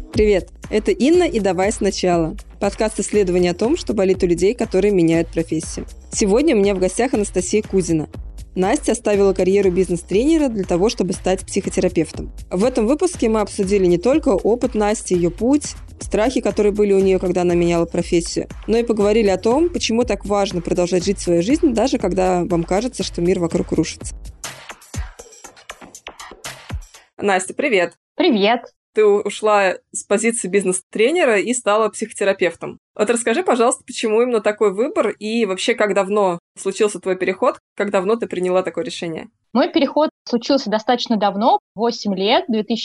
Привет, это Инна и «Давай сначала». Подкаст исследования о том, что болит у людей, которые меняют профессию. Сегодня у меня в гостях Анастасия Кузина. Настя оставила карьеру бизнес-тренера для того, чтобы стать психотерапевтом. В этом выпуске мы обсудили не только опыт Насти, ее путь, страхи, которые были у нее, когда она меняла профессию, но и поговорили о том, почему так важно продолжать жить свою жизнь, даже когда вам кажется, что мир вокруг рушится. Настя, привет! Привет! Ты ушла с позиции бизнес-тренера и стала психотерапевтом. Вот расскажи, пожалуйста, почему именно такой выбор и вообще, как давно случился твой переход, как давно ты приняла такое решение? Мой переход случился достаточно давно, 8 лет,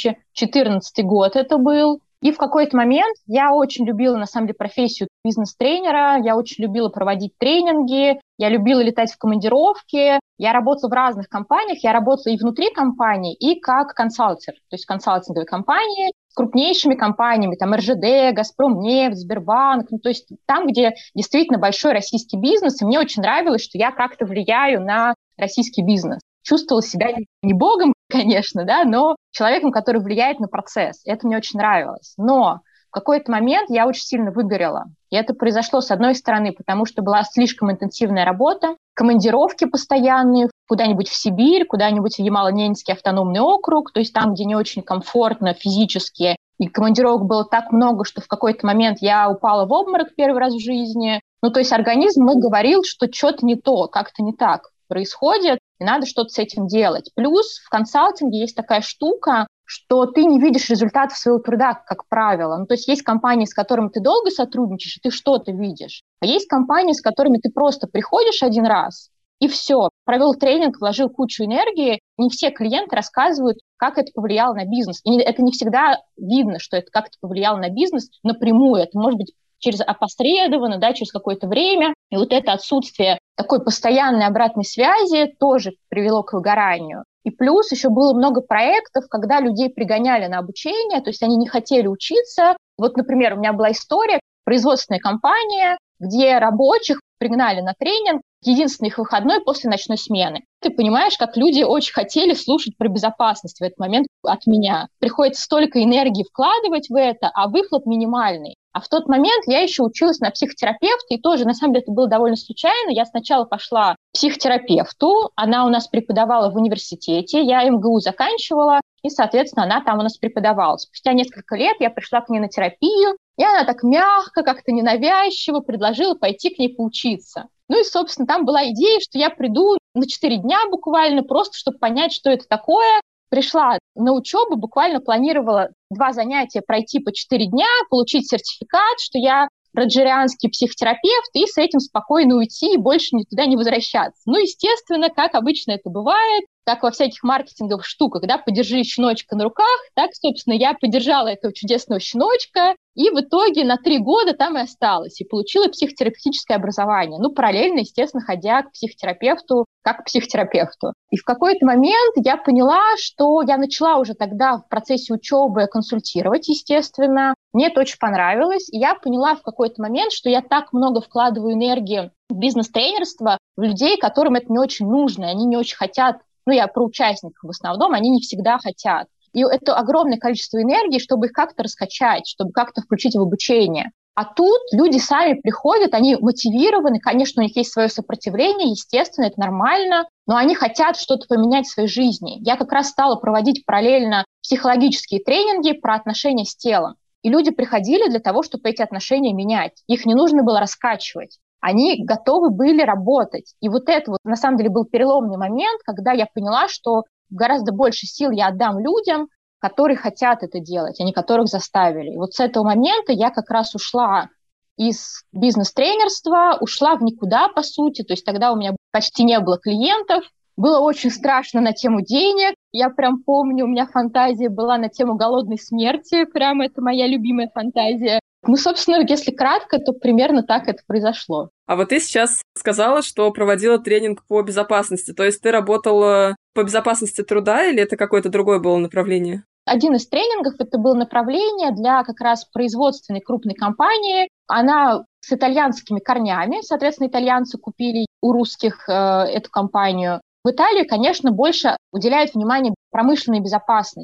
2014 год это был. И в какой-то момент я очень любила, на самом деле, профессию бизнес-тренера, я очень любила проводить тренинги, я любила летать в командировки, я работала в разных компаниях, я работала и внутри компаний, и как консалтер, то есть консалтинговые компании с крупнейшими компаниями, там РЖД, Газпромнефть, Сбербанк, то есть там, где действительно большой российский бизнес, и мне очень нравилось, что я как-то влияю на российский бизнес. Чувствовала себя не богом, конечно, да, но человеком, который влияет на процесс. Это мне очень нравилось. Но в какой-то момент я очень сильно выгорела. И это произошло, с одной стороны, потому что была слишком интенсивная работа, командировки постоянные куда-нибудь в Сибирь, куда-нибудь в Ямало-Ненецкий автономный округ, то есть там, где не очень комфортно физически. И командировок было так много, что в какой-то момент я упала в обморок первый раз в жизни. То есть организм мне говорил, что что-то не то, как-то не так происходит, и надо что-то с этим делать. Плюс в консалтинге есть такая штука, что ты не видишь результатов своего труда, как правило. То есть есть компании, с которыми ты долго сотрудничаешь, и ты что-то видишь. А есть компании, с которыми ты просто приходишь один раз, и все. Провел тренинг, вложил кучу энергии. Не все клиенты рассказывают, как это повлияло на бизнес. И это не всегда видно, что это как-то повлияло на бизнес напрямую. Это может быть через опосредованно, да, через какое-то время. И вот это отсутствие такой постоянной обратной связи тоже привело к выгоранию. И плюс еще было много проектов, когда людей пригоняли на обучение, то есть они не хотели учиться. Вот, например, у меня была история, производственная компания, где рабочих пригнали на тренинг, единственный их выходной после ночной смены. Ты понимаешь, как люди очень хотели слушать про безопасность в этот момент от меня. Приходится столько энергии вкладывать в это, а выхлоп минимальный. А в тот момент я еще училась на психотерапевта, и тоже, на самом деле, это было довольно случайно. Я сначала пошла к психотерапевту, она у нас преподавала в университете, я МГУ заканчивала, и, соответственно, она там у нас преподавала. Спустя несколько лет я пришла к ней на терапию, и она так мягко, как-то ненавязчиво предложила пойти к ней поучиться. И, собственно, там была идея, что я приду на 4 дня буквально, просто чтобы понять, что это такое. Пришла на учебу, буквально планировала 2 занятия пройти по 4 дня, получить сертификат, что я роджерианский психотерапевт, и с этим спокойно уйти и больше туда не возвращаться. Естественно, как обычно это бывает, как во всяких маркетинговых штуках, да, подержи щеночка на руках, так, собственно, я подержала этого чудесного щеночка, и в итоге на 3 года там и осталась, и получила психотерапевтическое образование. Параллельно, естественно, ходя к психотерапевту, как к психотерапевту. И в какой-то момент я поняла, что я начала уже тогда в процессе учебы консультировать, естественно. Мне это очень понравилось, и я поняла в какой-то момент, что я так много вкладываю энергии в бизнес-тренерство, в людей, которым это не очень нужно, они не очень хотят. Я про участников в основном, они не всегда хотят. И это огромное количество энергии, чтобы их как-то раскачать, чтобы как-то включить в обучение. А тут люди сами приходят, они мотивированы, конечно, у них есть свое сопротивление, естественно, это нормально, но они хотят что-то поменять в своей жизни. Я как раз стала проводить параллельно психологические тренинги про отношения с телом. И люди приходили для того, чтобы эти отношения менять. Их не нужно было раскачивать. Они готовы были работать. И вот это на самом деле был переломный момент, когда я поняла, что гораздо больше сил я отдам людям, которые хотят это делать, а не которых заставили. И вот с этого момента я как раз ушла из бизнес-тренерства, ушла в никуда, по сути. То есть тогда у меня почти не было клиентов. Было очень страшно на тему денег. Я прям помню, у меня фантазия была на тему голодной смерти. Прям это моя любимая фантазия. Собственно, если кратко, то примерно так это произошло. А вот ты сейчас сказала, что проводила тренинг по безопасности. То есть ты работала по безопасности труда или это какое-то другое было направление? Один из тренингов — это было направление для как раз производственной крупной компании. Она с итальянскими корнями. Соответственно, итальянцы купили у русских эту компанию. В Италии, конечно, больше уделяют внимание промышленной безопасности.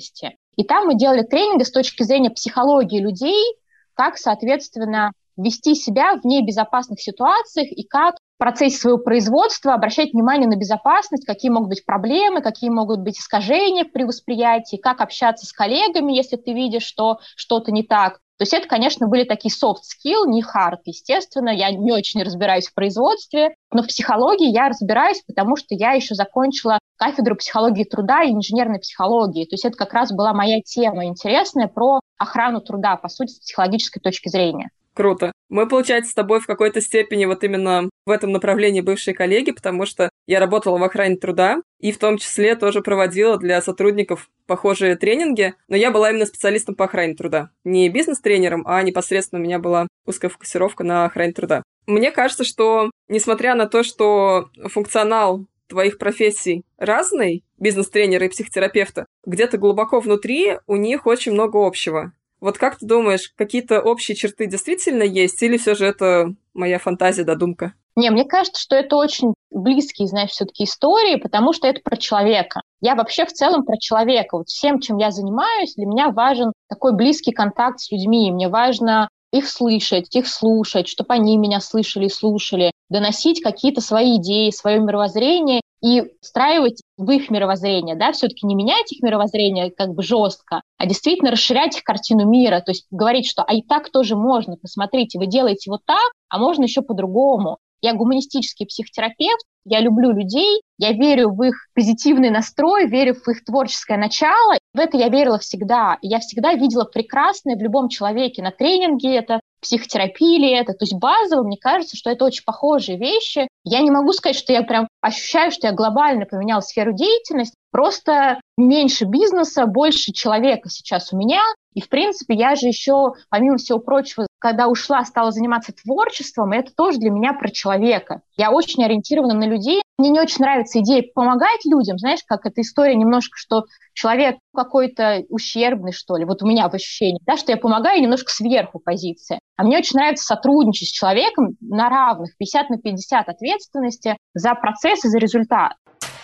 И там мы делали тренинги с точки зрения психологии людей, как, соответственно, вести себя в небезопасных ситуациях и как в процессе своего производства обращать внимание на безопасность, какие могут быть проблемы, какие могут быть искажения при восприятии, как общаться с коллегами, если ты видишь, что что-то не так. То есть это, конечно, были такие soft skills, не hard, естественно. Я не очень разбираюсь в производстве, но в психологии я разбираюсь, потому что я еще закончила кафедру психологии труда и инженерной психологии. То есть это как раз была моя тема интересная про охрану труда, по сути, с психологической точки зрения. Круто. Мы, получается, с тобой в какой-то степени вот именно в этом направлении бывшие коллеги, потому что я работала в охране труда и в том числе тоже проводила для сотрудников похожие тренинги, но я была именно специалистом по охране труда. Не бизнес-тренером, а непосредственно у меня была узкая фокусировка на охране труда. Мне кажется, что несмотря на то, что функционал твоих профессий разный, бизнес-тренера и психотерапевта, где-то глубоко внутри у них очень много общего. Вот как ты думаешь, какие-то общие черты действительно есть, или все же это моя фантазия, додумка? Не, мне кажется, что это очень близкие, знаешь, все-таки истории, потому что это про человека. Я вообще в целом про человека. Вот всем, чем я занимаюсь, для меня важен такой близкий контакт с людьми. Мне важно их слышать, их слушать, чтобы они меня слышали и слушали, доносить какие-то свои идеи, свое мировоззрение и встраивать в их мировоззрение, да, все-таки не менять их мировоззрение как бы жестко, а действительно расширять их картину мира, то есть говорить, что и так тоже можно, посмотрите, вы делаете вот так, а можно еще по-другому. Я гуманистический психотерапевт, я люблю людей, я верю в их позитивный настрой, верю в их творческое начало. В это я верила всегда. И я всегда видела прекрасное в любом человеке. На тренинге это, в психотерапии ли это. То есть базово, мне кажется, что это очень похожие вещи. Я не могу сказать, что я прям ощущаю, что я глобально поменяла сферу деятельности. Просто меньше бизнеса, больше человека сейчас у меня. И, в принципе, я же еще, помимо всего прочего, когда ушла, стала заниматься творчеством, и это тоже для меня про человека. Я очень ориентирована на людей. Мне не очень нравится идея помогать людям. Знаешь, как эта история немножко, что человек какой-то ущербный, что ли. Вот у меня в ощущении, да, что я помогаю немножко сверху позиции. А мне очень нравится сотрудничать с человеком на равных, 50/50 ответственности за процесс и за результат.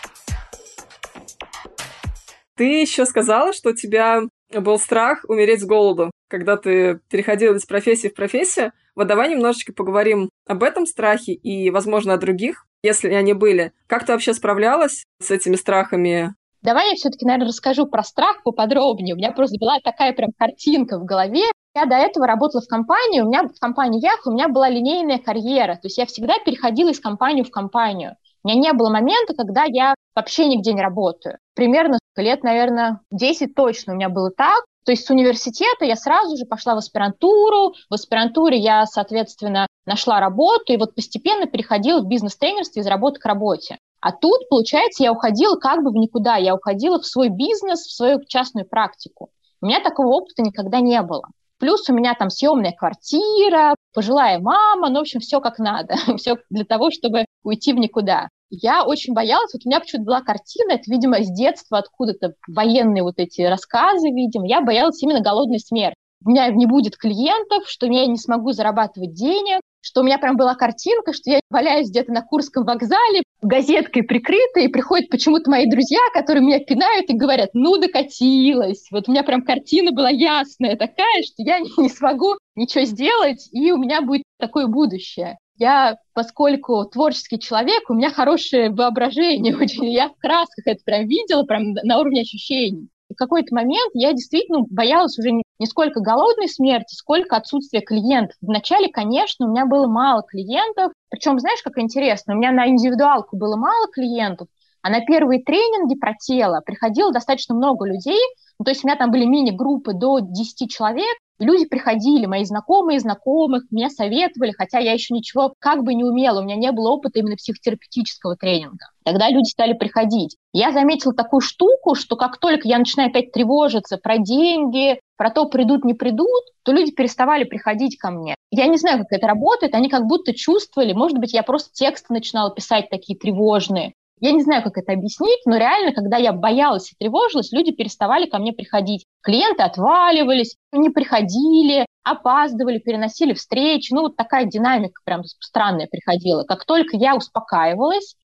Ты еще сказала, что у тебя был страх умереть с голоду, когда ты переходила из профессии в профессию. Вот давай немножечко поговорим об этом страхе и, возможно, о других, если они были. Как ты вообще справлялась с этими страхами? Давай я все-таки, наверное, расскажу про страх поподробнее. У меня просто была такая прям картинка в голове. Я до этого работала в компании, у меня в компании Yahoo, у меня была линейная карьера. То есть я всегда переходила из компании в компанию. У меня не было момента, когда я вообще нигде не работаю. Примерно лет, наверное, 10 точно у меня было так. То есть с университета я сразу же пошла в аспирантуру. В аспирантуре я, соответственно, нашла работу и вот постепенно переходила в бизнес-тренерство из работы к работе. А тут, получается, я уходила как бы в никуда. Я уходила в свой бизнес, в свою частную практику. У меня такого опыта никогда не было. Плюс у меня там съемная квартира, пожилая мама, ну, в общем, все как надо. Все для того, чтобы уйти в никуда. Я очень боялась, вот у меня почему-то была картина, это, видимо, с детства откуда-то военные вот эти рассказы, видимо, я боялась именно голодной смерти. У меня не будет клиентов, что я не смогу зарабатывать денег, что у меня прям была картинка, что я валяюсь где-то на Курском вокзале, газеткой прикрыта, и приходят почему-то мои друзья, которые меня пинают и говорят, ну, докатилась. Вот у меня прям картина была ясная такая, что я не смогу ничего сделать, и у меня будет такое будущее. Я, поскольку творческий человек, у меня хорошее воображение, я в красках это прям видела, прям на уровне ощущений. И в какой-то момент я действительно боялась уже не сколько голодной смерти, сколько отсутствия клиентов. Вначале, конечно, у меня было мало клиентов, причем, знаешь, как интересно, у меня на индивидуалку было мало клиентов, а на первые тренинги про тело приходило достаточно много людей, ну, то есть у меня там были мини-группы до 10 человек, и люди приходили, мои знакомые знакомых, меня советовали, хотя я еще ничего как бы не умела, у меня не было опыта именно психотерапевтического тренинга. Тогда люди стали приходить. Я заметила такую штуку, что как только я начинаю опять тревожиться про деньги, про то, придут, не придут, то люди переставали приходить ко мне. Я не знаю, как это работает, они как будто чувствовали, может быть, я просто тексты начинала писать такие тревожные. Я не знаю, как это объяснить, но реально, когда я боялась и тревожилась, люди переставали ко мне приходить. Клиенты отваливались, не приходили, опаздывали, переносили встречи. Ну, вот такая динамика прям странная приходила. Как только я успокаивалась,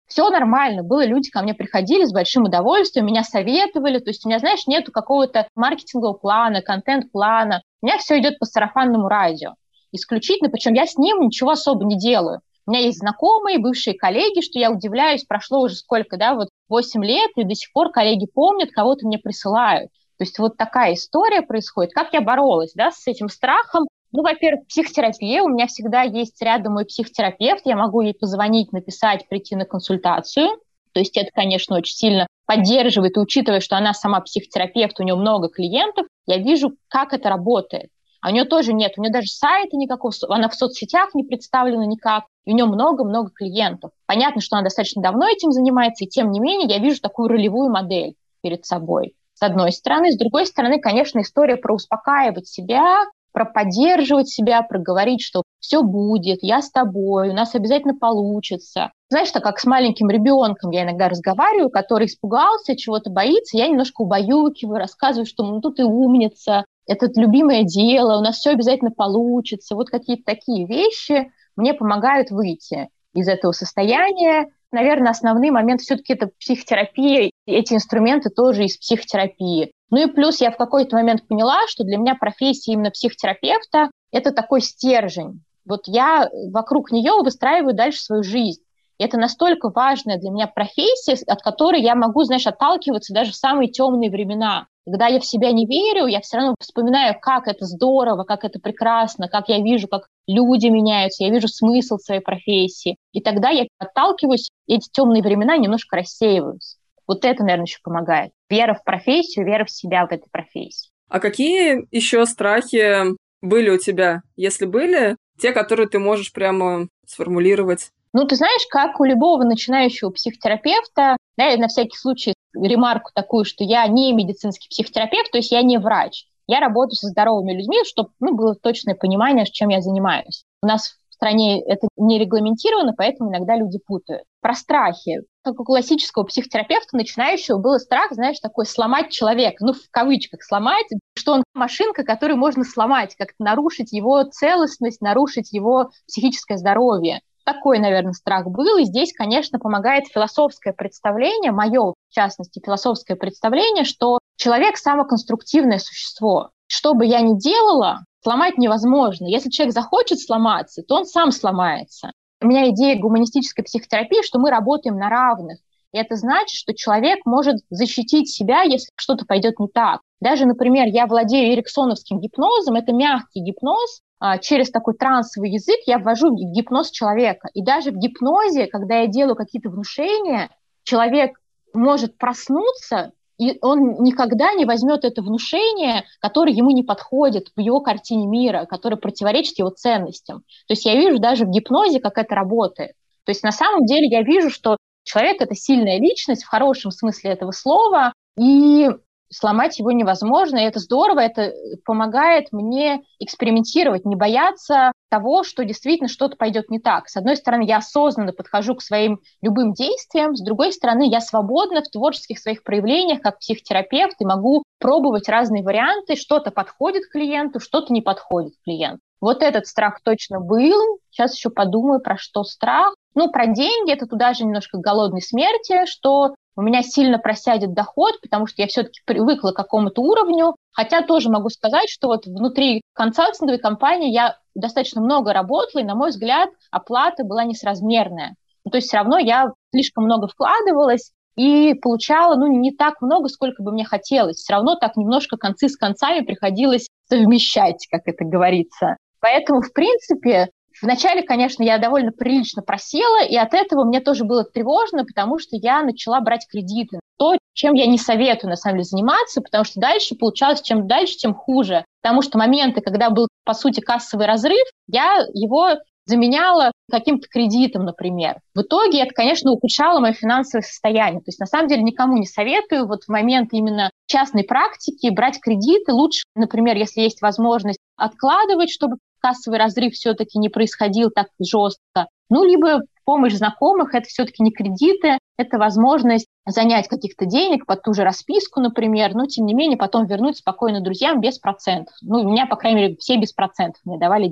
все нормально. Было, люди ко мне приходили с большим удовольствием, меня советовали. То есть у меня, знаешь, нету какого-то маркетингового плана, контент-плана. У меня все идет по сарафанному радио. Исключительно, причем я с ним ничего особо не делаю. У меня есть знакомые, бывшие коллеги, что я удивляюсь, прошло уже сколько, да, вот 8 лет, и до сих пор коллеги помнят, кого-то мне присылают. То есть вот такая история происходит. Как я боролась, да, с этим страхом? Ну, во-первых, психотерапия. У меня всегда есть рядом мой психотерапевт. Я могу ей позвонить, написать, прийти на консультацию. То есть это, конечно, очень сильно поддерживает. И учитывая, что она сама психотерапевт, у нее много клиентов, я вижу, как это работает. А у нее тоже нет, у нее даже сайта никакого, она в соцсетях не представлена никак, и у нее много-много клиентов. Понятно, что она достаточно давно этим занимается, и тем не менее я вижу такую ролевую модель перед собой. С одной стороны. С другой стороны, конечно, история про успокаивать себя, про поддерживать себя, про говорить, что все будет, я с тобой, у нас обязательно получится. Знаешь, так как с маленьким ребенком я иногда разговариваю, который испугался, чего-то боится, я немножко убаюкиваю, рассказываю, что ну тут ты умница, это любимое дело, у нас все обязательно получится. Вот какие-то такие вещи мне помогают выйти из этого состояния. Наверное, основной момент все-таки это психотерапия. Эти инструменты тоже из психотерапии. Ну и плюс я в какой-то момент поняла, что для меня профессия именно психотерапевта – это такой стержень. Вот я вокруг нее выстраиваю дальше свою жизнь. И это настолько важная для меня профессия, от которой я могу, знаешь, отталкиваться даже в самые темные времена. Когда я в себя не верю, я все равно вспоминаю, как это здорово, как это прекрасно, как я вижу, как люди меняются, я вижу смысл своей профессии. И тогда я отталкиваюсь, и эти темные времена немножко рассеиваются. Вот это, наверное, еще помогает. Вера в профессию, вера в себя в этой профессии. А какие еще страхи были у тебя, если были, те, которые ты можешь прямо сформулировать? Ну, ты знаешь, как у любого начинающего психотерапевта, да, я на всякий случай ремарку такую, что я не медицинский психотерапевт, то есть я не врач. Я работаю со здоровыми людьми, чтобы было точное понимание, чем я занимаюсь. У нас в стране это не регламентировано, поэтому иногда люди путают. Про страхи. Как у классического психотерапевта начинающего был страх, знаешь, такой сломать человека, ну, в кавычках сломать, что он машинка, которую можно сломать, как-то нарушить его целостность, нарушить его психическое здоровье. Такой, наверное, страх был, и здесь, конечно, помогает философское представление, мое, в частности, философское представление, что человек – самоконструктивное существо. Что бы я ни делала, сломать невозможно. Если человек захочет сломаться, то он сам сломается. У меня идея гуманистической психотерапии, что мы работаем на равных. И это значит, что человек может защитить себя, если что-то пойдет не так. Даже, например, я владею эриксоновским гипнозом, это мягкий гипноз, через такой трансовый язык я ввожу в гипноз человека. И даже в гипнозе, когда я делаю какие-то внушения, человек может проснуться, и он никогда не возьмет это внушение, которое ему не подходит в его картине мира, которое противоречит его ценностям. То есть я вижу даже в гипнозе, как это работает. То есть на самом деле я вижу, что человек – это сильная личность в хорошем смысле этого слова, и сломать его невозможно, и это здорово, это помогает мне экспериментировать, не бояться того, что действительно что-то пойдет не так. С одной стороны, я осознанно подхожу к своим любым действиям, с другой стороны, я свободна в творческих своих проявлениях как психотерапевт и могу пробовать разные варианты, что-то подходит клиенту, что-то не подходит клиенту. Вот этот страх точно был. Сейчас еще подумаю, про что страх. Ну, про деньги, это туда же немножко к голодной смерти, что у меня сильно просядет доход, потому что я все-таки привыкла к какому-то уровню. Хотя тоже могу сказать, что вот внутри консалтинговой компании я достаточно много работала, и, на мой взгляд, оплата была несразмерная. Ну, то есть все равно я слишком много вкладывалась и получала, ну, не так много, сколько бы мне хотелось. Все равно так немножко концы с концами приходилось совмещать, как это говорится. Поэтому, в принципе, вначале, конечно, я довольно прилично просела, и от этого мне тоже было тревожно, потому что я начала брать кредиты. То, чем я не советую, на самом деле, заниматься, потому что дальше получалось, чем дальше, тем хуже. Потому что моменты, когда был, по сути, кассовый разрыв, я его заменяла каким-то кредитом, например. В итоге это, конечно, ухудшало мое финансовое состояние. То есть, на самом деле, никому не советую вот в момент именно частной практики брать кредиты. Лучше, например, если есть возможность, откладывать, чтобы кассовый разрыв все-таки не происходил так жестко. Ну, либо помощь знакомых, это все-таки не кредиты, это возможность занять каких-то денег под ту же расписку, например, но, тем не менее, потом вернуть спокойно друзьям без процентов. Ну, у меня, по крайней мере, все без процентов мне давали деньги.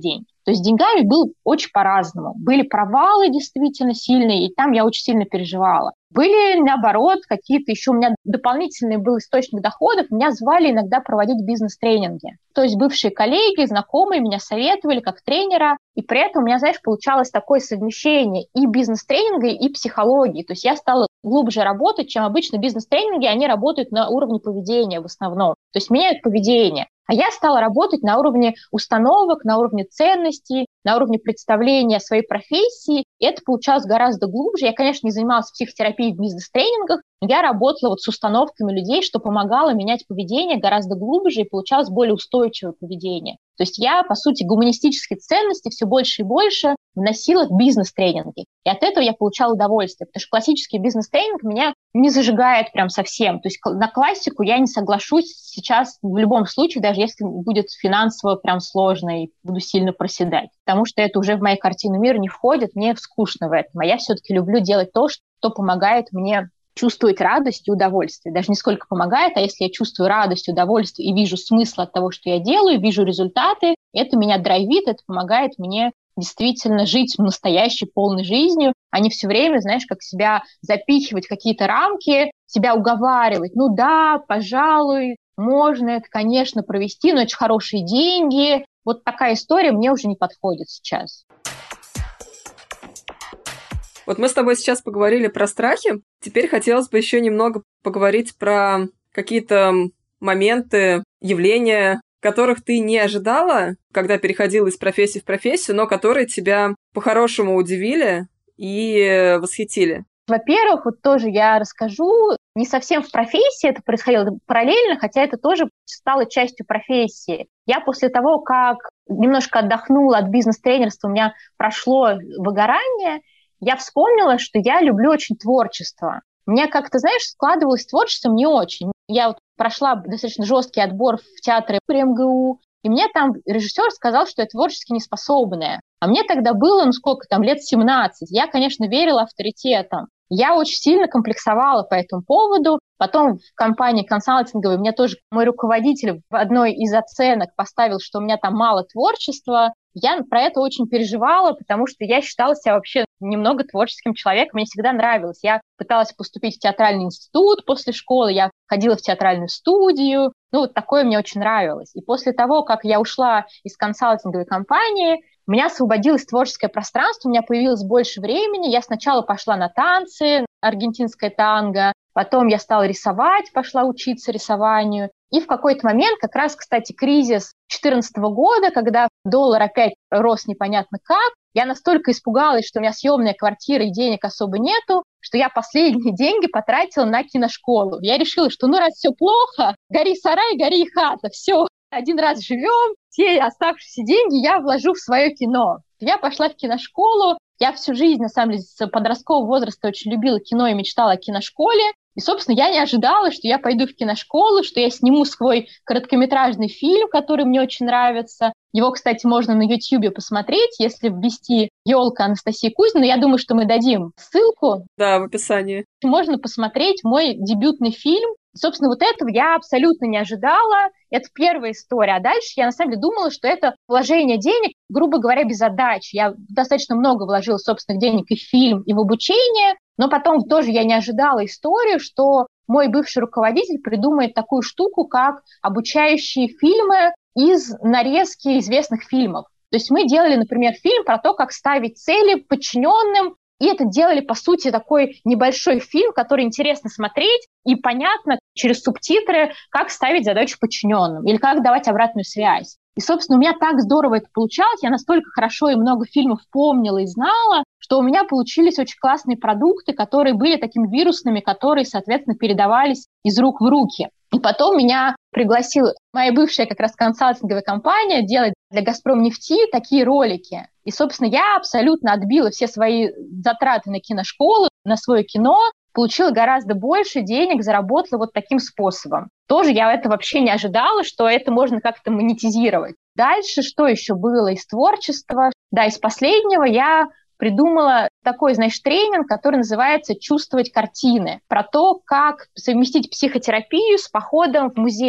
То есть с деньгами было очень по-разному. Были провалы действительно сильные, и там я очень сильно переживала. Были, наоборот, какие-то еще у меня дополнительный был источник доходов. Меня звали иногда проводить бизнес-тренинги. То есть бывшие коллеги, знакомые меня советовали как тренера. И при этом у меня, знаешь, получалось такое совмещение и бизнес-тренинга, и психологии. То есть я стала глубже работать, чем обычно бизнес-тренинги. Они работают на уровне поведения в основном. То есть меняют поведение. А я стала работать на уровне установок, на уровне ценностей, на уровне представления о своей профессии. И это получалось гораздо глубже. Я, конечно, не занималась психотерапией в бизнес-тренингах, но я работала вот с установками людей, что помогало менять поведение гораздо глубже, и получалось более устойчивое поведение. То есть я, по сути, гуманистические ценности все больше и больше вносила в бизнес-тренинги. И от этого я получала удовольствие, потому что классический бизнес-тренинг меня не зажигает прям совсем. То есть на классику я не соглашусь сейчас в любом случае, даже если будет финансово прям сложно и буду сильно проседать. Потому что это уже в мою картину мира не входит, мне скучно в этом. А я все-таки люблю делать то, что помогает мне чувствовать радость и удовольствие. Даже не сколько помогает, а если я чувствую радость, удовольствие и вижу смысл от того, что я делаю, вижу результаты, это меня драйвит, это помогает мне действительно жить настоящей, полной жизнью, а не все время, знаешь, как себя запихивать в какие-то рамки, себя уговаривать. Ну да, пожалуй, можно это, конечно, провести, но это же хорошие деньги. Вот такая история мне уже не подходит сейчас. Вот мы с тобой сейчас поговорили про страхи. Теперь хотелось бы еще немного поговорить про какие-то моменты, явления, которых ты не ожидала, когда переходила из профессии в профессию, но которые тебя по-хорошему удивили и восхитили. Во-первых, вот тоже я расскажу, не совсем в профессии это происходило параллельно, хотя это тоже стало частью профессии. Я после того, как немножко отдохнула от бизнес-тренерства, у меня прошло выгорание, я вспомнила, что я люблю очень творчество. У меня как-то, знаешь, складывалось творчество не очень. Я вот прошла достаточно жесткий отбор в театры при МГУ, и мне там режиссер сказал, что я творчески неспособная. А мне тогда было, лет 17. Я, конечно, верила авторитетам. Я очень сильно комплексовала по этому поводу. Потом в компании консалтинговой мне тоже мой руководитель в одной из оценок поставил, что у меня там мало творчества. Я про это очень переживала, потому что я считала себя вообще немного творческим человеком. Мне всегда нравилось. Я пыталась поступить в театральный институт после школы, я ходила в театральную студию. Вот такое мне очень нравилось. И после того, как я ушла из консалтинговой компании, у меня освободилось творческое пространство, у меня появилось больше времени. Я сначала пошла на танцы, аргентинское танго, потом я стала рисовать, пошла учиться рисованию. И в какой-то момент, как раз, кстати, кризис 2014 года, когда доллар опять рос непонятно как, я настолько испугалась, что у меня съемная квартира и денег особо нету, что я последние деньги потратила на киношколу. Я решила, что раз все плохо, гори сарай, гори и хата, все, один раз живем, все оставшиеся деньги я вложу в свое кино. Я пошла в киношколу, я всю жизнь, на самом деле, с подросткового возраста очень любила кино и мечтала о киношколе. И, собственно, я не ожидала, что я пойду в киношколу, что я сниму свой короткометражный фильм, который мне очень нравится. Его, кстати, можно на YouTube посмотреть, если ввести «Елка» Анастасии Кузиной. Я думаю, что мы дадим ссылку. Да, в описании. Можно посмотреть мой дебютный фильм. Собственно, вот этого я абсолютно не ожидала. Это первая история. А дальше я, на самом деле, думала, что это вложение денег, грубо говоря, без отдачи. Я достаточно много вложила собственных денег и в фильм, и в обучение. Но потом тоже я не ожидала историю, что мой бывший руководитель придумает такую штуку, как обучающие фильмы из нарезки известных фильмов. То есть мы делали, например, фильм про то, как ставить цели подчиненным, и это делали, по сути, такой небольшой фильм, который интересно смотреть, и понятно через субтитры, как ставить задачу подчиненным или как давать обратную связь. И, собственно, у меня так здорово это получалось, я настолько хорошо и много фильмов помнила и знала, что у меня получились очень классные продукты, которые были такими вирусными, которые, соответственно, передавались из рук в руки. И потом меня пригласила моя бывшая как раз консалтинговая компания делать для «Газпромнефти» такие ролики. И, собственно, я абсолютно отбила все свои затраты на киношколу, на свое кино, получила гораздо больше денег, заработала вот таким способом. Тоже я это вообще не ожидала, что это можно как-то монетизировать. Дальше что еще было из творчества? Да, из последнего я придумала такой, тренинг, который называется «Чувствовать картины», про то, как совместить психотерапию с походом в музей.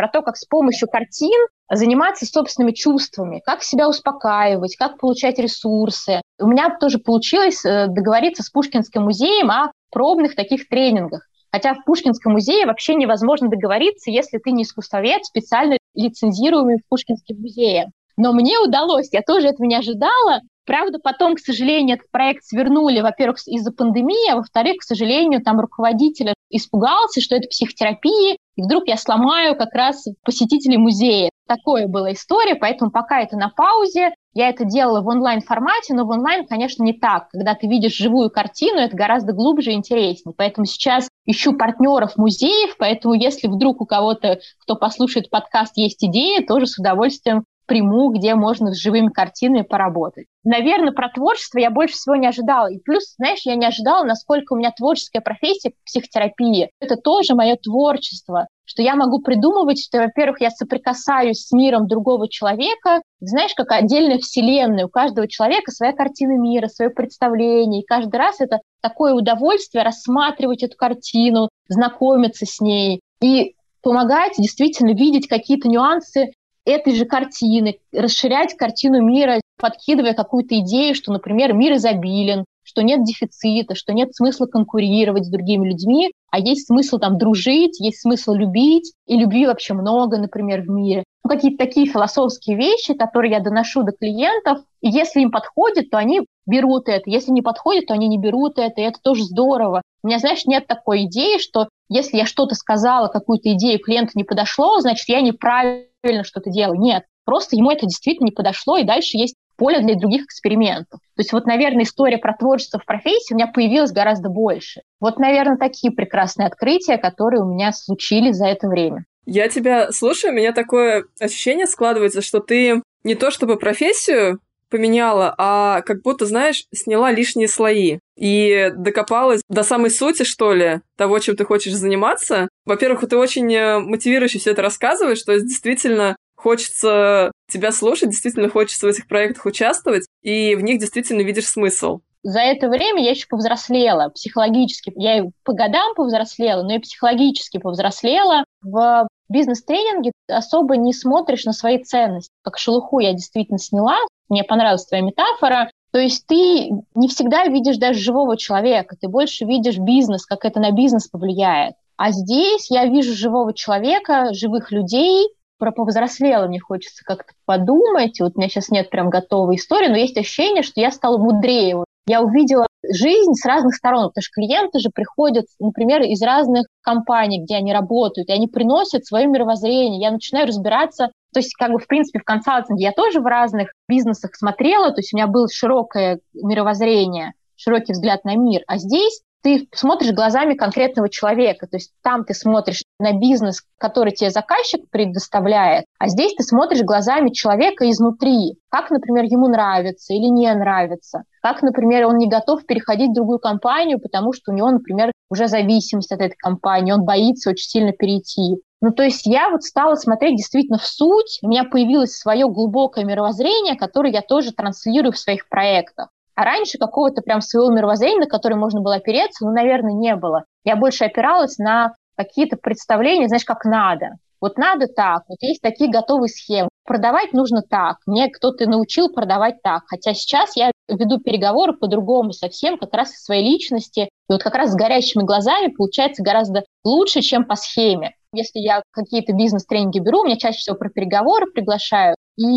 про то, как с помощью картин заниматься собственными чувствами, как себя успокаивать, как получать ресурсы. У меня тоже получилось договориться с Пушкинским музеем о пробных таких тренингах. Хотя в Пушкинском музее вообще невозможно договориться, если ты не искусствовед, специально лицензируемый в Пушкинском музее. Но мне удалось, я тоже этого не ожидала. Правда, потом, к сожалению, этот проект свернули, во-первых, из-за пандемии, а во-вторых, к сожалению, там руководитель испугался, что это психотерапия, и вдруг я сломаю как раз посетителей музея. Такое была история, поэтому пока это на паузе. Я это делала в онлайн-формате, но в онлайн, конечно, не так. Когда ты видишь живую картину, это гораздо глубже и интереснее. Поэтому сейчас ищу партнеров музеев, поэтому если вдруг у кого-то, кто послушает подкаст, есть идеи, тоже с удовольствием приму, где можно с живыми картинами поработать. Наверное, про творчество я больше всего не ожидала. И плюс, знаешь, я не ожидала, насколько у меня творческая профессия психотерапия. Это тоже мое творчество, что я могу придумывать, что, во-первых, я соприкасаюсь с миром другого человека, знаешь, как отдельная вселенная. У каждого человека своя картина мира, свое представление. И каждый раз это такое удовольствие рассматривать эту картину, знакомиться с ней и помогать действительно видеть какие-то нюансы этой же картины, расширять картину мира, подкидывая какую-то идею, что, например, мир изобилен, что нет дефицита, что нет смысла конкурировать с другими людьми, а есть смысл там дружить, есть смысл любить, и любви вообще много, например, в мире. Какие-то такие философские вещи, которые я доношу до клиентов, и если им подходит, то они берут это, если не подходит, то они не берут это, и это тоже здорово. У меня, знаешь, нет такой идеи, что если я что-то сказала, какую-то идею, клиенту не подошло, значит, я неправильно что-то делаю. Нет, просто ему это действительно не подошло, и дальше есть поле для других экспериментов. То есть вот, наверное, история про творчество в профессии у меня появилась гораздо больше. Вот, наверное, такие прекрасные открытия, которые у меня случились за это время. Я тебя слушаю, у меня такое ощущение складывается, что ты не то чтобы профессию поменяла, а как будто, знаешь, сняла лишние слои и докопалась до самой сути, что ли, того, чем ты хочешь заниматься. Во-первых, ты очень мотивирующе все это рассказываешь, то есть действительно хочется тебя слушать, действительно хочется в этих проектах участвовать, и в них действительно видишь смысл. За это время я еще повзрослела психологически. Я и по годам повзрослела, но и психологически повзрослела. В бизнес-тренинге особо не смотришь на свои ценности. Как шелуху я действительно сняла. Мне понравилась твоя метафора. То есть ты не всегда видишь даже живого человека. Ты больше видишь бизнес, как это на бизнес повлияет. А здесь я вижу живого человека, живых людей. Про повзрослела мне хочется как-то подумать. Вот у меня сейчас нет прям готовой истории, но есть ощущение, что я стала мудрее. Я увидела жизнь с разных сторон, потому что клиенты же приходят, например, из разных компаний, где они работают, и они приносят свое мировоззрение. Я начинаю разбираться, то есть как бы в принципе в консалтинге я тоже в разных бизнесах смотрела, то есть у меня было широкое мировоззрение, широкий взгляд на мир, а здесь ты смотришь глазами конкретного человека, то есть там ты смотришь на бизнес, который тебе заказчик предоставляет, а здесь ты смотришь глазами человека изнутри, как, например, ему нравится или не нравится, как, например, он не готов переходить в другую компанию, потому что у него, например, уже зависимость от этой компании, он боится очень сильно перейти. Ну, то есть я вот стала смотреть действительно в суть, у меня появилось свое глубокое мировоззрение, которое я тоже транслирую в своих проектах. А раньше какого-то прям своего мировоззрения, на которое можно было опереться, ну, наверное, не было. Я больше опиралась на какие-то представления, знаешь, как надо. Вот надо так, вот есть такие готовые схемы. Продавать нужно так. Мне кто-то научил продавать так. Хотя сейчас я веду переговоры по-другому совсем, как раз со своей личности. И вот как раз с горящими глазами получается гораздо лучше, чем по схеме. Если я какие-то бизнес-тренинги беру, меня чаще всего про переговоры приглашают.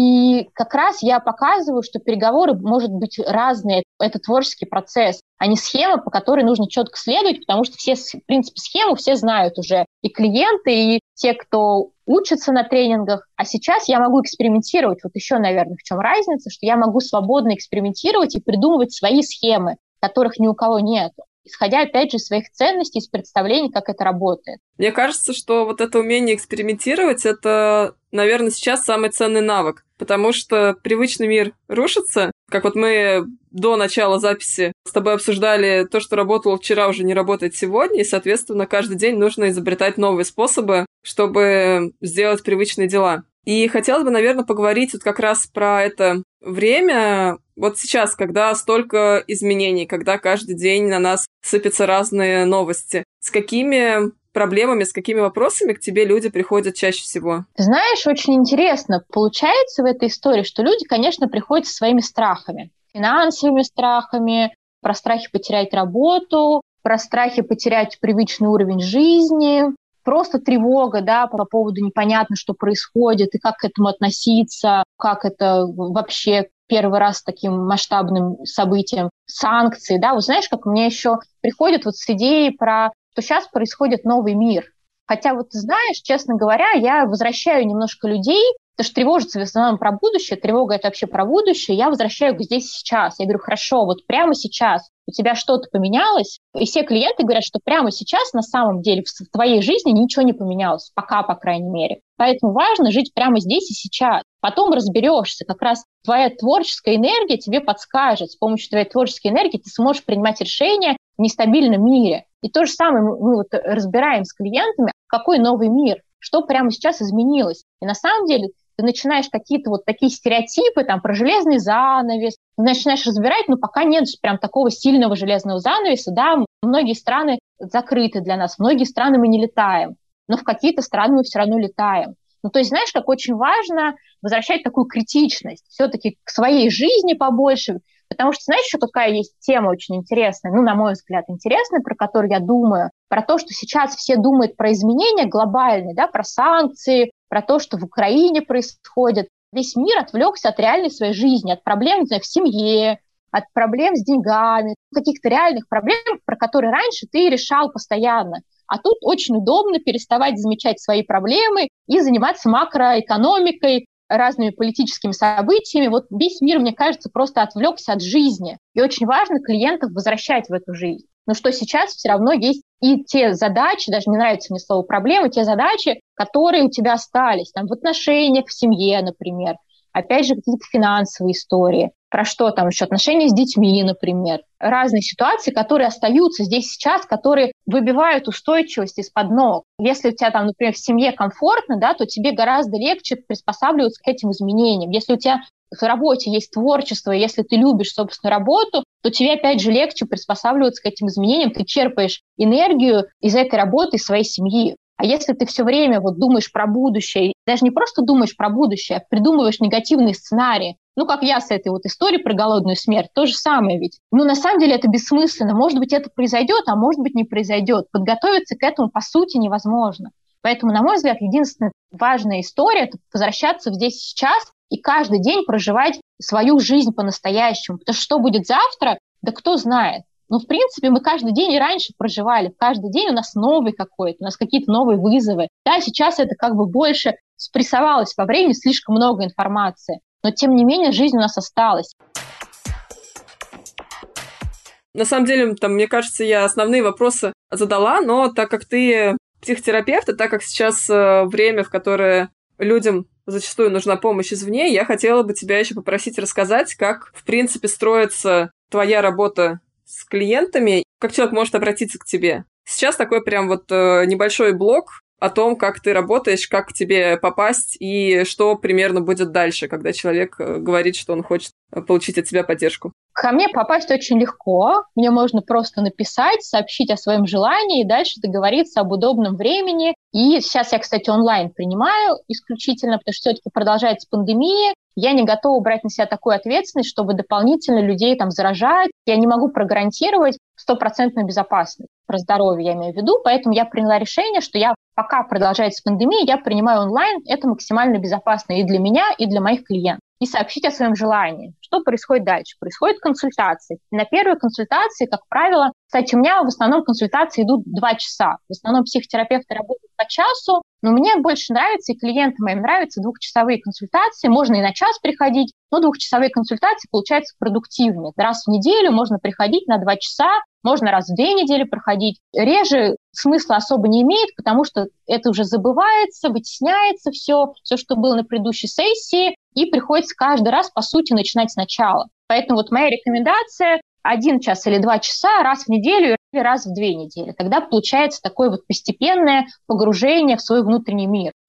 И как раз я показываю, что переговоры может быть разные. Это творческий процесс, а не схема, по которой нужно четко следовать, потому что все, в принципе, схему все знают уже. И клиенты, и те, кто учатся на тренингах. А сейчас я могу экспериментировать. Вот еще, наверное, в чем разница, что я могу свободно экспериментировать и придумывать свои схемы, которых ни у кого нет, исходя, опять же, из своих ценностей, из представлений, как это работает. Мне кажется, что вот это умение экспериментировать, это, наверное, сейчас самый ценный навык, потому что привычный мир рушится. Как вот мы до начала записи с тобой обсуждали, то, что работало вчера, уже не работает сегодня, и, соответственно, каждый день нужно изобретать новые способы, чтобы сделать привычные дела. И хотелось бы, наверное, поговорить вот как раз про это время, вот сейчас, когда столько изменений, когда каждый день на нас сыпятся разные новости. С какими проблемами, с какими вопросами к тебе люди приходят чаще всего? Знаешь, очень интересно получается в этой истории, что люди, конечно, приходят со своими страхами. Финансовыми страхами, про страхи потерять работу, про страхи потерять привычный уровень жизни, просто тревога, да, по поводу непонятно, что происходит и как к этому относиться, как это вообще первый раз с таким масштабным событием, санкции, да. Вот знаешь, как мне еще приходят вот с идеей про, что сейчас происходит новый мир. Хотя вот ты знаешь, честно говоря, я возвращаю немножко людей, потому что тревожиться в основном про будущее, тревога — это вообще про будущее, я возвращаю здесь сейчас. Я говорю, хорошо, вот прямо сейчас у тебя что-то поменялось, и все клиенты говорят, что прямо сейчас на самом деле в твоей жизни ничего не поменялось, пока, по крайней мере. Поэтому важно жить прямо здесь и сейчас. Потом разберешься, как раз твоя творческая энергия тебе подскажет. С помощью твоей творческой энергии ты сможешь принимать решения в нестабильном мире. И то же самое мы вот разбираем с клиентами, какой новый мир, что прямо сейчас изменилось. И на самом деле ты начинаешь какие-то вот такие стереотипы там про железный занавес, начинаешь разбирать, но пока нет прям такого сильного железного занавеса, да, многие страны закрыты для нас, многие страны мы не летаем, но в какие-то страны мы все равно летаем. Ну, то есть, знаешь, как очень важно возвращать такую критичность все-таки к своей жизни побольше, потому что, знаешь, еще какая есть тема очень интересная, ну, на мой взгляд, интересная, про которую я думаю, про то, что сейчас все думают про изменения глобальные, да, про санкции, про то, что в Украине происходит. Весь мир отвлекся от реальной своей жизни, от проблем, не знаю, в семье, от проблем с деньгами, каких-то реальных проблем, про которые раньше ты решал постоянно. А тут очень удобно переставать замечать свои проблемы и заниматься макроэкономикой, разными политическими событиями. Вот весь мир, мне кажется, просто отвлекся от жизни. И очень важно клиентов возвращать в эту жизнь. Но что сейчас все равно есть и те задачи, даже не нравится мне слово проблемы, те задачи, которые у тебя остались, там, в отношениях, в семье, например. Опять же, какие-то финансовые истории. Про что там еще? Отношения с детьми, например. Разные ситуации, которые остаются здесь сейчас, которые выбивают устойчивость из-под ног. Если у тебя там, например, в семье комфортно, да, то тебе гораздо легче приспосабливаться к этим изменениям. Если у тебя в работе есть творчество, если ты любишь собственную работу, то тебе опять же легче приспосабливаться к этим изменениям. Ты черпаешь энергию из этой работы, из своей семьи. А если ты все время вот думаешь про будущее, даже не просто думаешь про будущее, а придумываешь негативные сценарии, ну, как я с этой вот историей про голодную смерть, то же самое ведь. Ну, на самом деле это бессмысленно. Может быть, это произойдет, а может быть, не произойдет. Подготовиться к этому, по сути, невозможно. Поэтому, на мой взгляд, единственная важная история — это возвращаться здесь и сейчас и каждый день проживать свою жизнь по-настоящему. Потому что будет завтра, да кто знает. Ну, в принципе, мы каждый день и раньше проживали. Каждый день у нас новый какой-то, у нас какие-то новые вызовы. Да, сейчас это как бы больше спрессовалось во времени, слишком много информации. Но, тем не менее, жизнь у нас осталась. На самом деле, там, мне кажется, я основные вопросы задала, но так как ты психотерапевт, и так как сейчас время, в которое людям зачастую нужна помощь извне, я хотела бы тебя еще попросить рассказать, как, в принципе, строится твоя работа с клиентами, как человек может обратиться к тебе. Сейчас такой прям вот небольшой блок о том, как ты работаешь, как к тебе попасть и что примерно будет дальше, когда человек говорит, что он хочет получить от тебя поддержку. Ко мне попасть очень легко. Мне можно просто написать, сообщить о своем желании и дальше договориться об удобном времени. И сейчас я, кстати, онлайн принимаю исключительно, потому что все-таки продолжается пандемия. Я не готова брать на себя такую ответственность, чтобы дополнительно людей там заражать. Я не могу прогарантировать стопроцентную безопасность про здоровье, я имею в виду. Поэтому я приняла решение, что пока продолжается пандемия, я принимаю онлайн. Это максимально безопасно и для меня, и для моих клиентов. И сообщить о своем желании. Что происходит дальше? Происходит консультация. И на первой консультации, как правило, кстати, у меня в основном консультации идут 2 часа. В основном психотерапевты работают по часу, но мне больше нравится, и клиентам моим нравятся 2-часовые консультации. Можно и на час приходить, но 2-часовые консультации получаются продуктивнее. Раз в неделю можно приходить на 2 часа, можно раз в 2 недели проходить. Реже смысла особо не имеет, потому что это уже забывается, вытесняется все, что было на предыдущей сессии, и приходится каждый раз, по сути, начинать сначала. Поэтому вот моя рекомендация 1 час или 2 часа раз в неделю или раз в 2 недели. Тогда получается такое вот постепенное погружение в свой внутренний мир.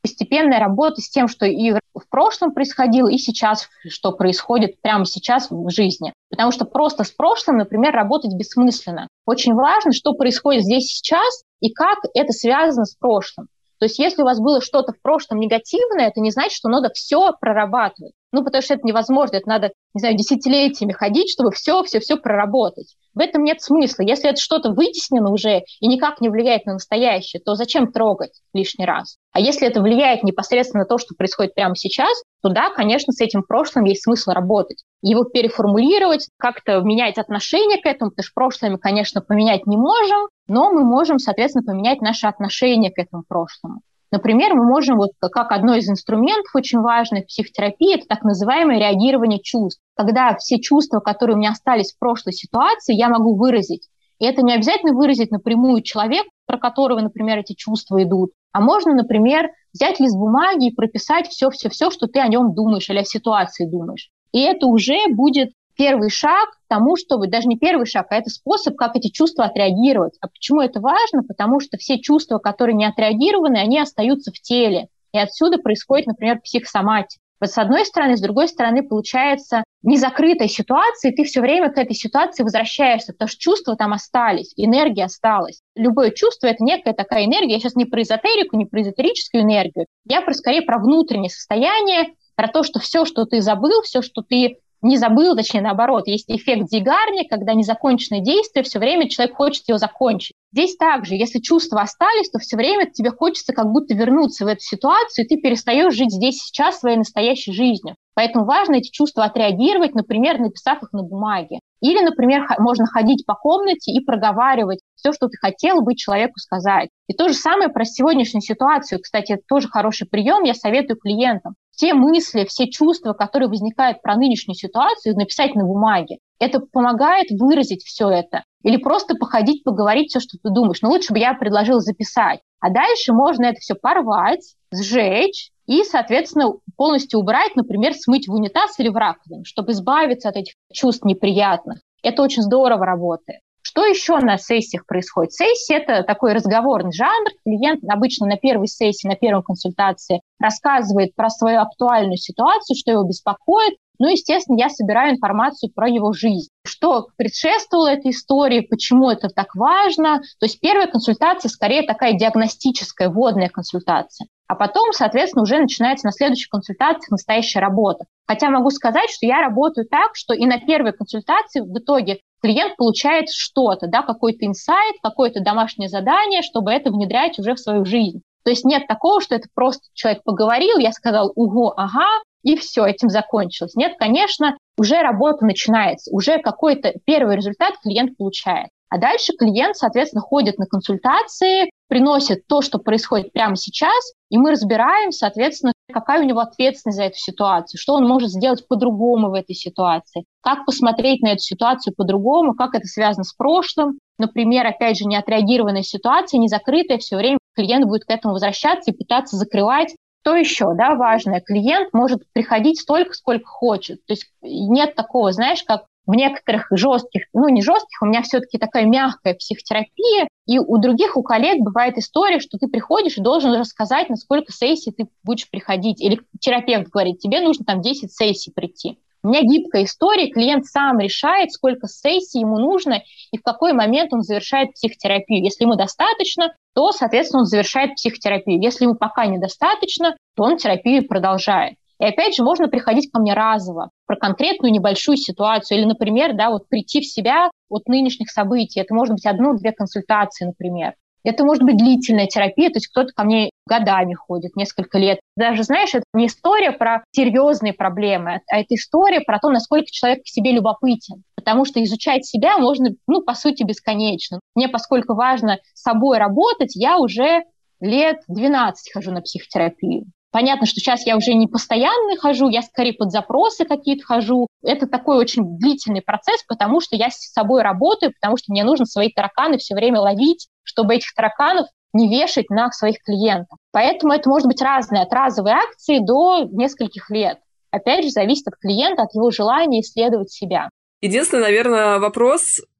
постепенная работа с тем, что и в прошлом происходило, и сейчас, что происходит прямо сейчас в жизни. Потому что просто с прошлым, например, работать бессмысленно. Очень важно, что происходит здесь и сейчас, и как это связано с прошлым. То есть если у вас было что-то в прошлом негативное, это не значит, что надо все прорабатывать. Потому что это невозможно, это надо, не знаю, десятилетиями ходить, чтобы все проработать. В этом нет смысла. Если это что-то вытеснено уже и никак не влияет на настоящее, то зачем трогать лишний раз? А если это влияет непосредственно на то, что происходит прямо сейчас, то да, конечно, с этим прошлым есть смысл работать. Его переформулировать, как-то менять отношение к этому, потому что прошлое мы, конечно, поменять не можем, но мы можем, соответственно, поменять наше отношение к этому прошлому. Например, мы можем, как одно из инструментов очень важных в психотерапии, это так называемое реагирование чувств. Когда все чувства, которые у меня остались в прошлой ситуации, я могу выразить. И это не обязательно выразить напрямую человеку, про которого, например, эти чувства идут, а можно, например, взять лист бумаги и прописать все, что ты о нем думаешь или о ситуации думаешь. И это уже будет первый шаг к тому, чтобы, даже не первый шаг, а это способ, как эти чувства отреагировать. А почему это важно? Потому что все чувства, которые не отреагированы, они остаются в теле. И отсюда происходит, например, психосоматика. С одной стороны, с другой стороны, получается незакрытая ситуация, и ты все время к этой ситуации возвращаешься, потому что чувства там остались, энергия осталась. Любое чувство — это некая такая энергия. Я сейчас не про эзотерику, не про эзотерическую энергию. Я скорее про внутреннее состояние, про то, что все, что ты забыл, все, что ты не забыл, точнее, наоборот, есть эффект Зейгарни, когда незаконченное действие, все время человек хочет его закончить. Здесь также, если чувства остались, то все время тебе хочется как будто вернуться в эту ситуацию, и ты перестаешь жить здесь сейчас своей настоящей жизнью. Поэтому важно эти чувства отреагировать, например, написав их на бумаге. Или, например, можно ходить по комнате и проговаривать все, что ты хотел бы человеку сказать. И то же самое про сегодняшнюю ситуацию. Кстати, это тоже хороший прием, я советую клиентам. Все мысли, все чувства, которые возникают про нынешнюю ситуацию, написать на бумаге. Это помогает выразить все это. Или просто походить, поговорить все, что ты думаешь. Но лучше бы я предложила записать. А дальше можно это все порвать, сжечь и, соответственно, полностью убрать, например, смыть в унитаз или в раковину, чтобы избавиться от этих чувств неприятных. Это очень здорово работает. Что еще на сессиях происходит? Сессия – это такой разговорный жанр. Клиент обычно на первой сессии, на первой консультации рассказывает про свою актуальную ситуацию, что его беспокоит. Естественно, я собираю информацию про его жизнь. Что предшествовало этой истории, почему это так важно. То есть первая консультация скорее такая диагностическая, вводная консультация. А потом, соответственно, уже начинается на следующих консультациях настоящая работа. Хотя могу сказать, что я работаю так, что и на первой консультации в итоге клиент получает что-то, какой-то инсайт, какое-то домашнее задание, чтобы это внедрять уже в свою жизнь. То есть нет такого, что это просто человек поговорил, я сказал «угу, ага», и все, этим закончилось. Нет, конечно, уже работа начинается, уже какой-то первый результат клиент получает. А дальше клиент, соответственно, ходит на консультации, приносит то, что происходит прямо сейчас, и мы разбираем, соответственно, какая у него ответственность за эту ситуацию, что он может сделать по-другому в этой ситуации, как посмотреть на эту ситуацию по-другому, как это связано с прошлым. Например, опять же, неотреагированная ситуация, не закрытая, все время клиент будет к этому возвращаться и пытаться закрывать. Что еще, важное? Клиент может приходить столько, сколько хочет. То есть нет такого, знаешь, как в некоторых жестких, не жестких, у меня все-таки такая мягкая психотерапия, и у других, у коллег бывает история, что ты приходишь и должен рассказать, на сколько сессий ты будешь приходить. Или терапевт говорит, тебе нужно 10 сессий прийти. У меня гибкая история, клиент сам решает, сколько сессий ему нужно и в какой момент он завершает психотерапию. Если ему достаточно, то, соответственно, он завершает психотерапию. Если ему пока недостаточно, то он терапию продолжает. И опять же, можно приходить ко мне разово про конкретную небольшую ситуацию. Или, например, прийти в себя от нынешних событий. Это может быть 1-2 консультации, например. Это может быть длительная терапия, то есть кто-то ко мне годами ходит, несколько лет. Даже, знаешь, это не история про серьезные проблемы, а это история про то, насколько человек к себе любопытен. Потому что изучать себя можно, по сути, бесконечно. Мне, поскольку важно с собой работать, я уже лет 12 хожу на психотерапию. Понятно, что сейчас я уже не постоянно хожу, я скорее под запросы какие-то хожу. Это такой очень длительный процесс, потому что я с собой работаю, потому что мне нужно свои тараканы все время ловить, чтобы этих тараканов не вешать на своих клиентов. Поэтому это может быть разное, от разовой акции до нескольких лет. Опять же, зависит от клиента, от его желания исследовать себя. Единственный, наверное, вопрос,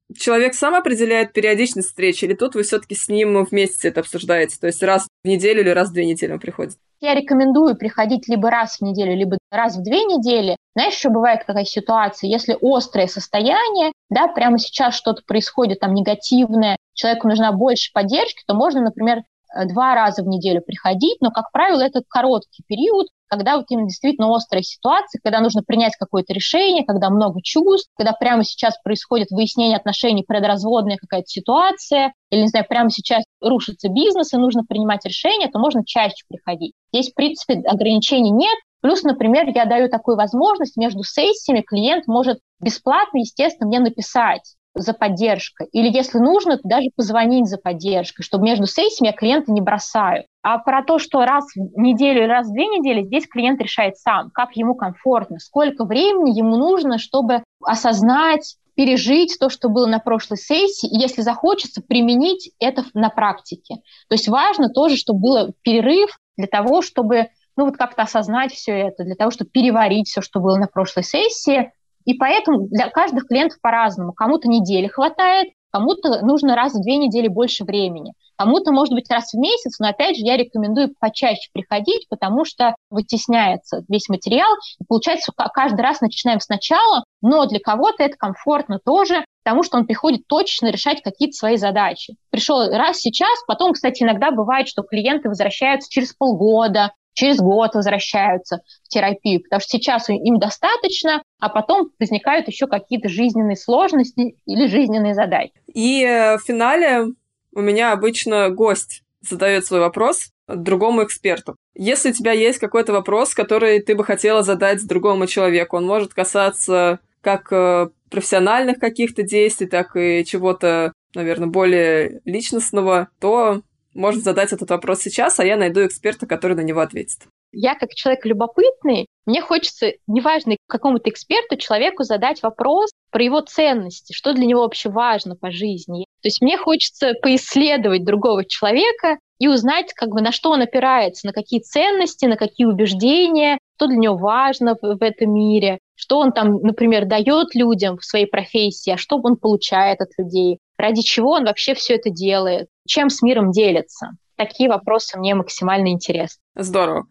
человек сам определяет периодичность встречи, или тут вы все-таки с ним вместе это обсуждаете? То есть раз в неделю или раз в 2 недели он приходит? Я рекомендую приходить либо раз в неделю, либо раз в 2 недели. Знаешь, еще бывает такая ситуация, если острое состояние, да, прямо сейчас что-то происходит там негативное, человеку нужна больше поддержки, то можно, например, 2 раза в неделю приходить, но, как правило, это короткий период, когда вот именно действительно острая ситуация, когда нужно принять какое-то решение, когда много чувств, когда прямо сейчас происходит выяснение отношений, предразводная какая-то ситуация, или, не знаю, прямо сейчас рушится бизнес, и нужно принимать решение, то можно чаще приходить. Здесь, в принципе, ограничений нет. Плюс, например, я даю такую возможность, между сессиями клиент может бесплатно, естественно, мне написать за поддержкой. Или, если нужно, то даже позвонить за поддержкой, чтобы между сессиями я клиента не бросаю. А про то, что раз в неделю или раз в 2 недели, здесь клиент решает сам, как ему комфортно, сколько времени ему нужно, чтобы осознать, пережить то, что было на прошлой сессии, и, если захочется, применить это на практике. То есть важно тоже, чтобы был перерыв для того, чтобы как-то осознать все это, для того, чтобы переварить все, что было на прошлой сессии. И поэтому для каждых клиентов по-разному. Кому-то недели хватает, кому-то нужно раз в 2 недели больше времени. Кому-то, может быть, раз в месяц, но, опять же, я рекомендую почаще приходить, потому что вытесняется весь материал, и получается, каждый раз начинаем сначала, но для кого-то это комфортно тоже, потому что он приходит точно решать какие-то свои задачи. Пришел раз сейчас, потом, кстати, иногда бывает, что клиенты возвращаются через полгода, через год возвращаются в терапию, потому что сейчас им достаточно, а потом возникают еще какие-то жизненные сложности или жизненные задачи. И в финале у меня обычно гость задает свой вопрос другому эксперту. Если у тебя есть какой-то вопрос, который ты бы хотела задать другому человеку, он может касаться как профессиональных каких-то действий, так и чего-то, наверное, более личностного, то можно задать этот вопрос сейчас, а я найду эксперта, который на него ответит. Я, как человек любопытный, мне хочется, неважно, какому-то эксперту, человеку задать вопрос про его ценности, что для него вообще важно по жизни. То есть мне хочется поисследовать другого человека и узнать, на что он опирается, на какие ценности, на какие убеждения, что для него важно в этом мире, что он там, например, дает людям в своей профессии, а что он получает от людей, ради чего он вообще все это делает, чем с миром делится. Такие вопросы мне максимально интересны. Здорово.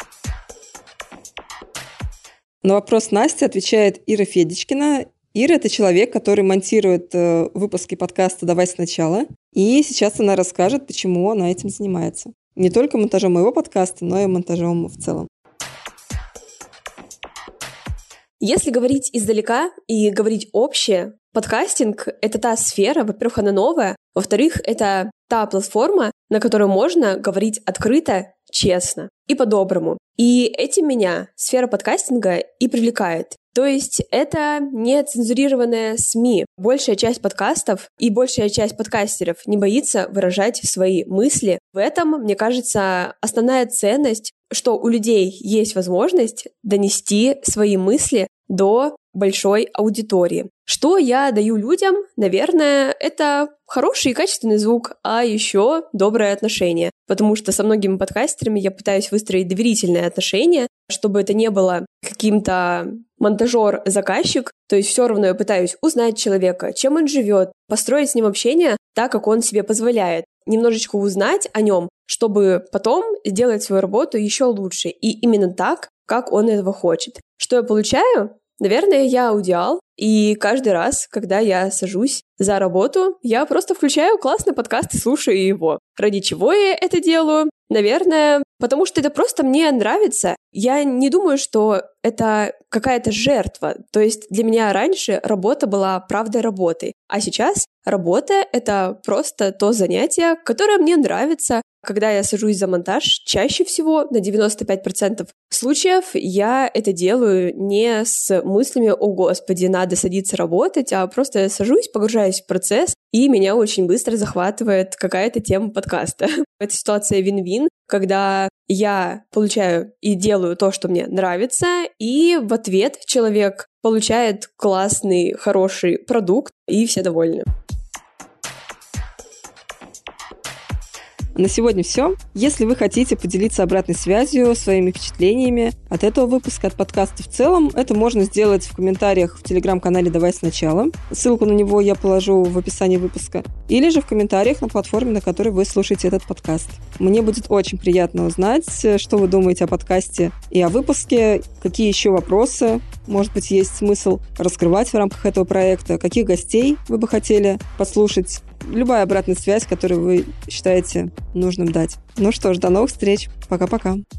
На вопрос Насти отвечает Ира Федичкина. Ира — это человек, который монтирует выпуски подкаста «Давай сначала». И сейчас она расскажет, почему она этим занимается. Не только монтажом моего подкаста, но и монтажом в целом. Если говорить издалека и говорить общее, подкастинг — это та сфера, во-первых, она новая, во-вторых, это та платформа, на которой можно говорить открыто, честно и по-доброму. И этим меня сфера подкастинга и привлекает. То есть это не цензурированная СМИ. Большая часть подкастов и большая часть подкастеров не боится выражать свои мысли. В этом, мне кажется, основная ценность, что у людей есть возможность донести свои мысли до большой аудитории. Что я даю людям? Наверное, это хороший и качественный звук, а еще доброе отношение. Потому что со многими подкастерами я пытаюсь выстроить доверительные отношения, чтобы это не было каким-то монтажер-заказчик. То есть все равно я пытаюсь узнать человека, чем он живет, построить с ним общение так, как он себе позволяет. Немножечко узнать о нем, чтобы потом сделать свою работу еще лучше. И именно так, как он этого хочет. Что я получаю? Наверное, я аудиал, и каждый раз, когда я сажусь за работу, я просто включаю классный подкаст и слушаю его. Ради чего я это делаю? Наверное, потому что это просто мне нравится. Я не думаю, что это какая-то жертва. То есть для меня раньше работа была правдой работой, а сейчас работа — это просто то занятие, которое мне нравится. Когда я сажусь за монтаж, чаще всего, на 95% случаев, я это делаю не с мыслями «О, Господи, надо садиться работать», а просто я сажусь, погружаюсь в процесс, и меня очень быстро захватывает какая-то тема подкаста. Это ситуация вин-вин, когда я получаю и делаю то, что мне нравится, и в ответ человек получает классный, хороший продукт, и все довольны. На сегодня все. Если вы хотите поделиться обратной связью, своими впечатлениями от этого выпуска, от подкаста в целом, это можно сделать в комментариях в телеграм-канале «Давай сначала». Ссылку на него я положу в описании выпуска. Или же в комментариях на платформе, на которой вы слушаете этот подкаст. Мне будет очень приятно узнать, что вы думаете о подкасте и о выпуске, какие еще вопросы, может быть, есть смысл раскрывать в рамках этого проекта, каких гостей вы бы хотели послушать. Любая обратная связь, которую вы считаете нужным дать. Ну что ж, до новых встреч. Пока-пока.